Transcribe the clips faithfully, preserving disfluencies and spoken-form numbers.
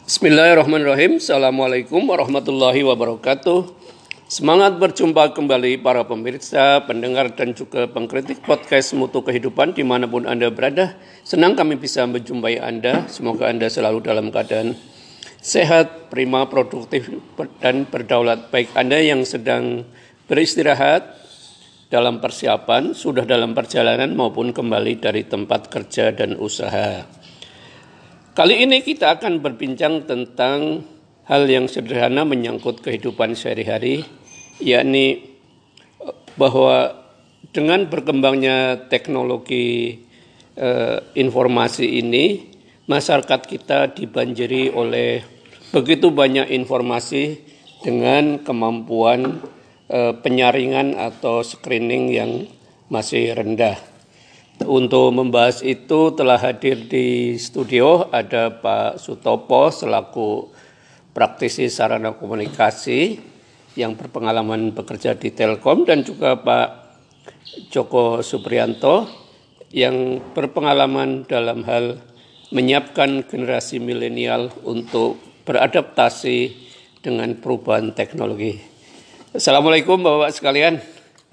Bismillahirrahmanirrahim. Assalamualaikum warahmatullahi wabarakatuh. Semangat berjumpa kembali para pemirsa, pendengar dan juga pengkritik podcast Mutu Kehidupan dimanapun Anda berada. Senang kami bisa menjumpai Anda. Semoga Anda selalu dalam keadaan sehat, prima, produktif dan berdaulat. Baik Anda yang sedang beristirahat, dalam persiapan, sudah dalam perjalanan maupun kembali dari tempat kerja dan usaha. Kali ini kita akan berbincang tentang hal yang sederhana menyangkut kehidupan sehari-hari, yakni bahwa dengan berkembangnya teknologi eh, informasi ini, masyarakat kita dibanjiri oleh begitu banyak informasi dengan kemampuan eh, penyaringan atau screening yang masih rendah. Untuk membahas itu telah hadir di studio ada Pak Sutopo selaku praktisi sarana komunikasi yang berpengalaman bekerja di Telkom, dan juga Pak Joko Supriyanto yang berpengalaman dalam hal menyiapkan generasi milenial untuk beradaptasi dengan perubahan teknologi. Assalamualaikum Bapak sekalian.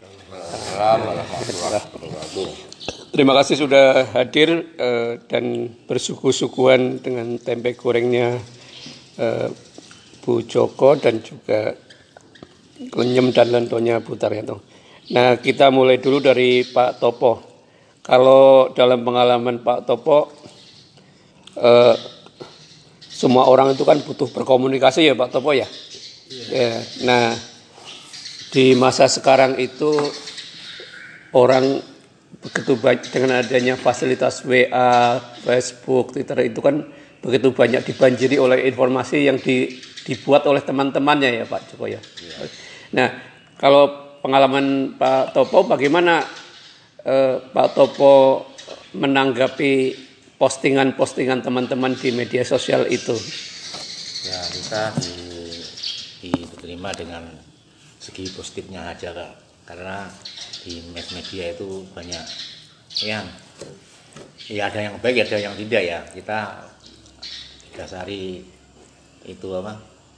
Assalamualaikum. Terima kasih sudah hadir eh, dan bersuguh-suguhan dengan tempe gorengnya eh, Bu Joko dan juga lenyem dan lentonya Bu Taryanto. Nah, kita mulai dulu dari Pak Topo. Kalau dalam pengalaman Pak Topo, eh, semua orang itu kan butuh berkomunikasi ya Pak Topo ya. Ya. Nah, di masa sekarang itu orang begitu banyak dengan adanya fasilitas W A, Facebook, Twitter itu kan begitu banyak dibanjiri oleh informasi yang di, dibuat oleh teman-temannya ya Pak Joko ya. Ya. Nah, kalau pengalaman Pak Topo bagaimana eh, Pak Topo menanggapi postingan-postingan teman-teman di media sosial itu? Ya, kita di, diterima dengan segi positifnya aja Kak. Karena di media itu banyak yang ya ada yang baik ada yang tidak ya, kita dasari itu apa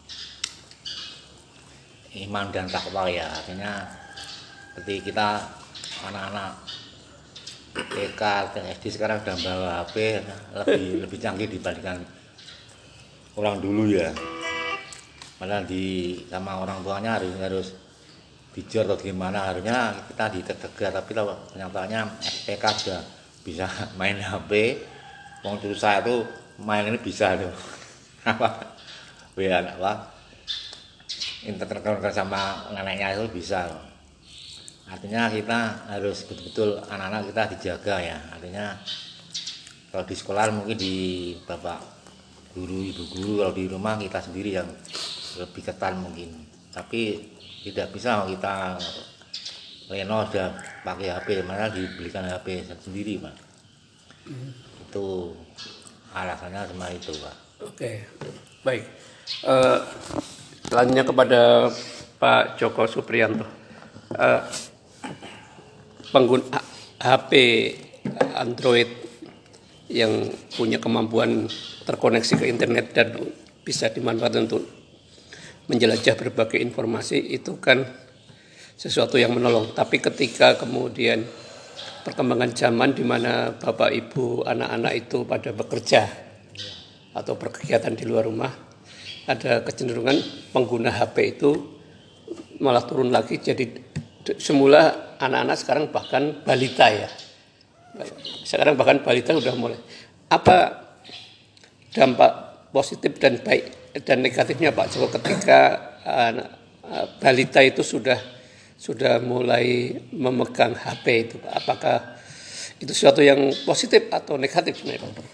iman dan takwa ya, artinya ketika kita anak-anak T K, S D sekarang udah bawa H P lebih lebih canggih dibandingkan orang dulu ya, malah di sama orang tuanya harus harus bijak atau gimana, harusnya kita ditegur, tapi kenyataannya P K sudah bisa main H P. Wong cucu saya tuh main ini bisa tuh apa ya apa internet sama neneknya itu bisa. Artinya kita harus betul-betul anak-anak kita dijaga ya, artinya kalau di sekolah mungkin di bapak guru ibu guru, kalau di rumah kita sendiri yang lebih ketat mungkin, tapi tidak bisa kita Leno sudah pakai H P, mana dibelikan H P sendiri Pak. Hmm. Itu alasannya cuma itu Pak. Oke, baik. Uh, selanjutnya kepada Pak Joko Supriyanto. Uh, pengguna H P Android yang punya kemampuan terkoneksi ke internet dan bisa dimanfaatkan untuk menjelajah berbagai informasi itu kan sesuatu yang menolong. Tapi ketika kemudian perkembangan zaman di mana bapak ibu anak-anak itu pada bekerja atau berkegiatan di luar rumah, ada kecenderungan pengguna H P itu malah turun lagi. Jadi semula anak-anak sekarang bahkan balita ya. Sekarang bahkan balita sudah mulai. Apa dampak positif dan baik dan negatifnya Pak Joko ketika uh, balita itu sudah sudah mulai memegang H P itu Pak? Apakah itu sesuatu yang positif atau negatif sebenarnya Pak?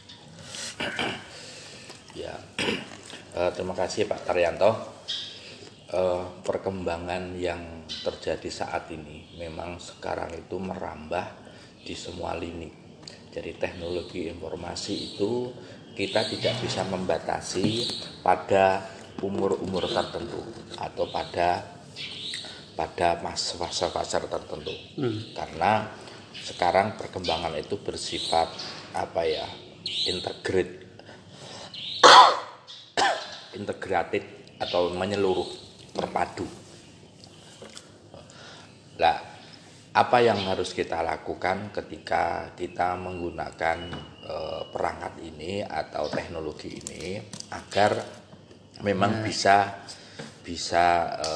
Ya, uh, terima kasih Pak Taryanto. Uh, perkembangan yang terjadi saat ini memang sekarang itu merambah di semua lini. Jadi teknologi informasi itu kita tidak bisa membatasi pada umur-umur tertentu atau pada pada fase-fase tertentu. Hmm. Karena sekarang perkembangan itu bersifat apa ya, integrate integrated atau menyeluruh, terpadu. Nah, apa yang harus kita lakukan ketika kita menggunakan e, perangkat ini atau teknologi ini agar memang bisa bisa e,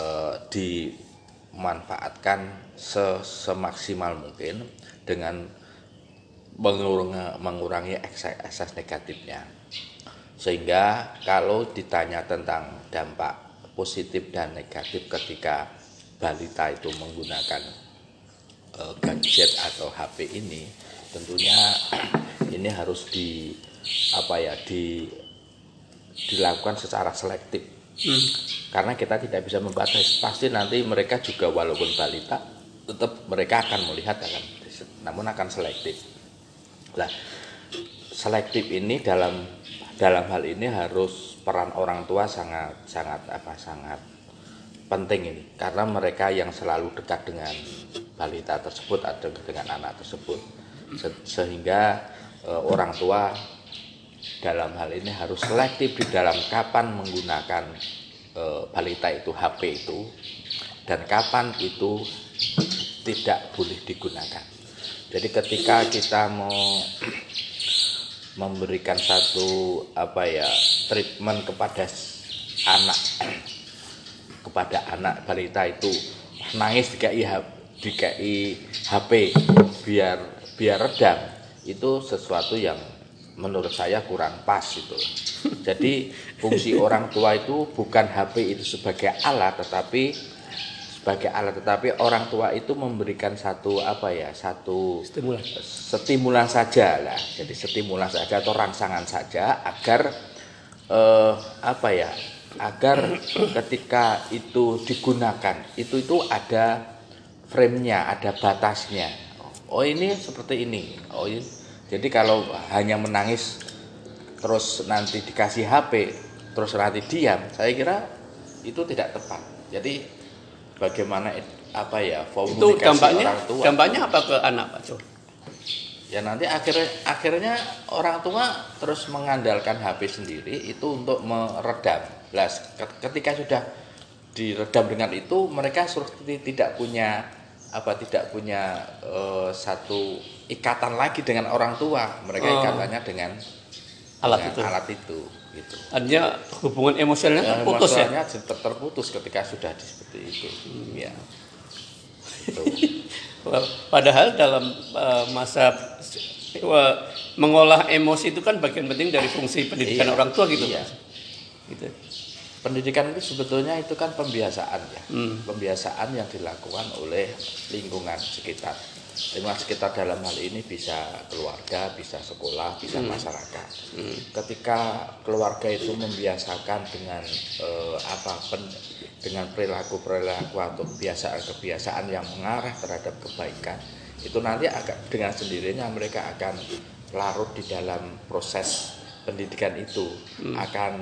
dimanfaatkan semaksimal mungkin dengan mengurangi, mengurangi ekses negatifnya. Sehingga kalau ditanya tentang dampak positif dan negatif ketika balita itu menggunakan uh, gadget atau H P ini, tentunya ini harus di apa ya di dilakukan secara selektif. Hmm. Karena kita tidak bisa membatasi, pasti nanti mereka juga walaupun balita tetap mereka akan melihat akan namun akan selektif. Nah, selektif ini dalam dalam hal ini harus peran orang tua sangat sangat apa sangat penting ini, karena mereka yang selalu dekat dengan balita tersebut atau dengan anak tersebut, Se- sehingga e, orang tua dalam hal ini harus selektif di dalam kapan menggunakan e, balita itu H P itu dan kapan itu tidak boleh digunakan. Jadi ketika kita mau memberikan satu apa ya treatment kepada anak kepada anak balita itu nangis dikai dikai H P biar biar redam, itu sesuatu yang menurut saya kurang pas itu. Jadi fungsi orang tua itu bukan H P itu sebagai alat, tetapi sebagai alat tetapi orang tua itu memberikan satu apa ya satu stimulan stimulan saja lah. Jadi stimulan saja atau rangsangan saja agar eh, apa ya agar ketika itu digunakan itu itu ada frame-nya, ada batasnya. Oh ini seperti ini. Oh ini. Jadi kalau hanya menangis terus nanti dikasih H P terus nanti diam, saya kira itu tidak tepat. Jadi bagaimana apa ya komunikasi itu dampaknya, orang tua. Dampaknya apa ke anak, Pak Jo? Ya nanti akhirnya akhirnya orang tua terus mengandalkan H P sendiri itu untuk meredam. Nah, ketika sudah diredam dengan itu, mereka seperti tidak punya apa tidak punya uh, satu ikatan lagi dengan orang tua. Mereka oh. ikatannya dengan alat dengan itu. Alat itu gitu. Artinya hubungan emosionalnya ya, terputus ya. Emosionalnya terputus ketika sudah di seperti itu. Hmm. Ya. Gitu. Padahal dalam uh, masa uh, mengolah emosi itu kan bagian penting dari fungsi pendidikan iya, orang tua gitu. Iya. Gitu. Pendidikan itu sebetulnya itu kan pembiasaan ya, hmm. pembiasaan yang dilakukan oleh lingkungan sekitar. Lingkungan sekitar dalam hal ini bisa keluarga, bisa sekolah, bisa hmm. masyarakat. Hmm. Ketika keluarga itu membiasakan dengan eh, apa pen, dengan perilaku-perilaku atau kebiasaan-kebiasaan yang mengarah terhadap kebaikan, itu nanti agak dengan sendirinya mereka akan larut di dalam proses pendidikan itu, hmm. akan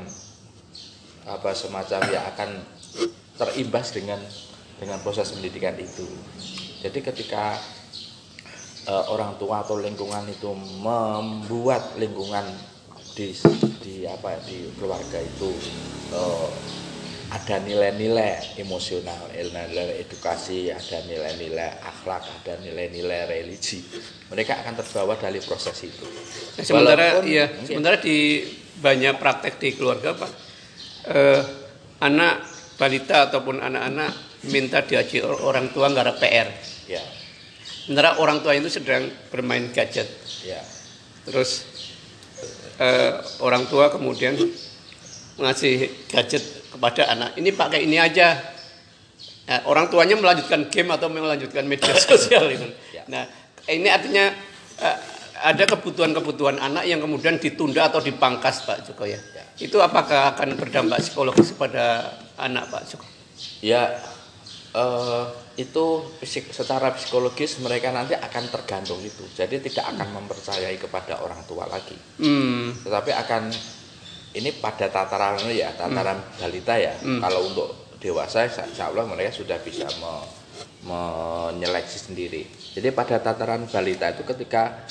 apa semacam ya akan terimbas dengan dengan proses pendidikan itu. Jadi ketika uh, orang tua atau lingkungan itu membuat lingkungan di di apa di keluarga itu uh, ada nilai-nilai emosional, nilai edukasi, ada nilai-nilai akhlak, ada nilai-nilai religi, mereka akan terbawa dari proses itu. Nah, sementara Walaupun, iya, mungkin, sementara di banyak praktek di keluarga Pak, Eh, anak balita ataupun anak-anak minta diajari orang tua nggak ada P R. Ya. Sementara orang tua itu sedang bermain gadget. Ya. Terus eh, orang tua kemudian ngasih gadget kepada anak. Ini pakai ini aja. Nah, orang tuanya melanjutkan game atau melanjutkan media sosial itu. Ya. Nah, ini artinya eh, ada kebutuhan-kebutuhan anak yang kemudian ditunda atau dipangkas, Pak Joko ya. ya. Itu apakah akan berdampak psikologis pada anak, Pak Joko? Ya, eh, itu psik, secara psikologis mereka nanti akan tergantung itu. Jadi tidak akan hmm. mempercayai kepada orang tua lagi. Hmm. Tetapi akan ini pada tataran ya, tataran hmm. balita ya. Hmm. Kalau untuk dewasa, insya Allah mereka sudah bisa me, menyeleksi sendiri. Jadi pada tataran balita itu ketika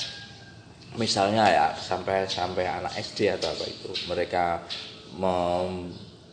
misalnya ya sampai sampai anak S D atau apa itu mereka mem,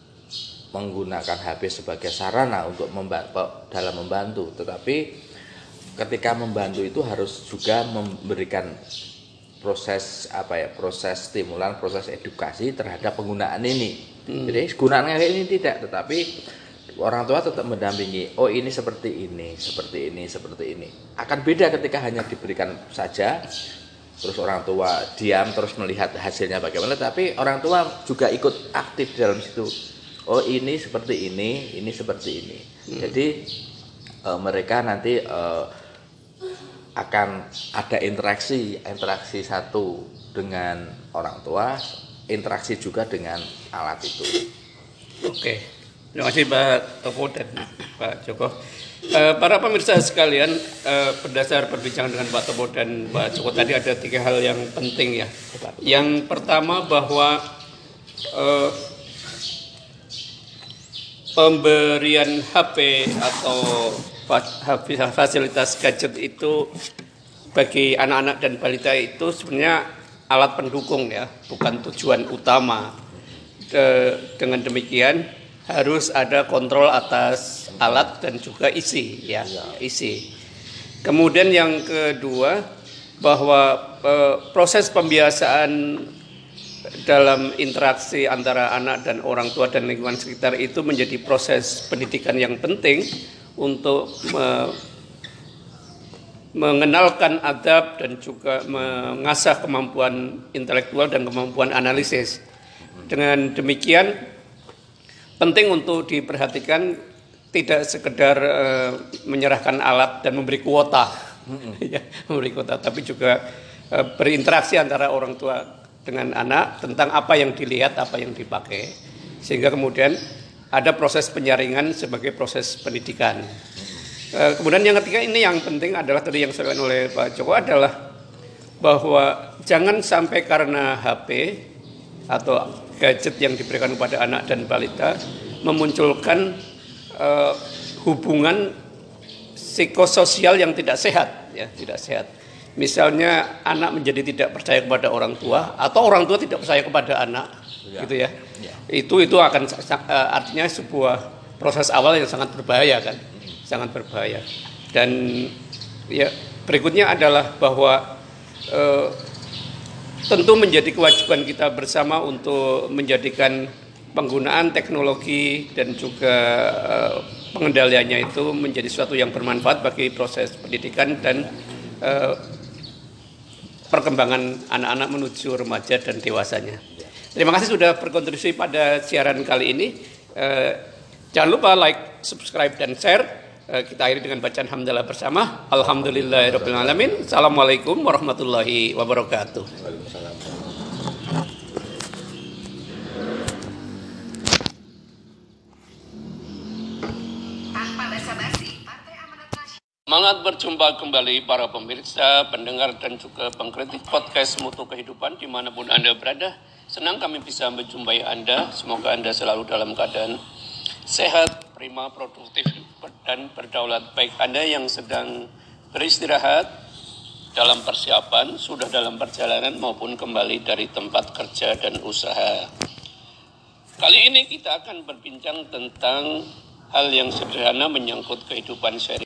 menggunakan H P sebagai sarana untuk membantu, dalam membantu, tetapi ketika membantu itu harus juga memberikan proses apa ya proses stimulan, proses edukasi terhadap penggunaan ini. Hmm. Jadi gunaannya ini tidak, tetapi orang tua tetap mendampingi. Oh ini seperti ini, seperti ini, seperti ini. Akan beda ketika hanya diberikan saja, terus orang tua diam terus melihat hasilnya bagaimana. Tapi orang tua juga ikut aktif di dalam situ. Oh ini seperti ini, ini seperti ini. Hmm. Jadi e, mereka nanti e, akan ada interaksi, interaksi satu dengan orang tua, interaksi juga dengan alat itu. Oke, terima kasih Pak Topo dan Pak Joko. E, para pemirsa sekalian, e, berdasar perbincangan dengan Pak Topo dan Pak Joko tadi ada tiga hal yang penting ya. Yang pertama bahwa e, pemberian H P atau fasilitas gadget itu bagi anak-anak dan balita itu sebenarnya alat pendukung ya, bukan tujuan utama. De, dengan demikian harus ada kontrol atas alat dan juga isi ya, isi. Kemudian yang kedua bahwa e, proses pembiasaan dalam interaksi antara anak dan orang tua dan lingkungan sekitar itu menjadi proses pendidikan yang penting untuk me, mengenalkan adab dan juga mengasah kemampuan intelektual dan kemampuan analisis. Dengan demikian penting untuk diperhatikan tidak sekedar e, menyerahkan alat dan memberi kuota, ya, memberi kuota, tapi juga e, berinteraksi antara orang tua dengan anak tentang apa yang dilihat, apa yang dipakai, sehingga kemudian ada proses penyaringan sebagai proses pendidikan. E, kemudian yang ketiga ini yang penting adalah tadi yang disampaikan oleh Pak Joko adalah bahwa jangan sampai karena H P atau gadget yang diberikan kepada anak dan balita memunculkan e, hubungan psikososial yang tidak sehat, ya tidak sehat. Misalnya anak menjadi tidak percaya kepada orang tua atau orang tua tidak percaya kepada anak, ya. Gitu ya. Ya. Itu itu akan artinya sebuah proses awal yang sangat berbahaya kan, hmm. sangat berbahaya. Dan ya berikutnya adalah bahwa eh, tentu menjadi kewajiban kita bersama untuk menjadikan penggunaan teknologi dan juga eh, pengendaliannya itu menjadi sesuatu yang bermanfaat bagi proses pendidikan dan eh, perkembangan anak-anak menuju remaja dan dewasanya. Terima kasih sudah berkontribusi pada siaran kali ini. Eh, jangan lupa like, subscribe, dan share. Eh, kita akhiri dengan bacaan hamdalah bersama. Alhamdulillahirabbil alamin. Assalamualaikum warahmatullahi wabarakatuh. Semangat berjumpa kembali para pemirsa, pendengar, dan juga pengkritik podcast Mutu Kehidupan dimanapun Anda berada. Senang kami bisa menjumpai Anda. Semoga Anda selalu dalam keadaan sehat, prima, produktif, dan berdaulat. Baik Anda yang sedang beristirahat, dalam persiapan, sudah dalam perjalanan, maupun kembali dari tempat kerja dan usaha. Kali ini kita akan berbincang tentang hal yang sederhana menyangkut kehidupan sehari-hari.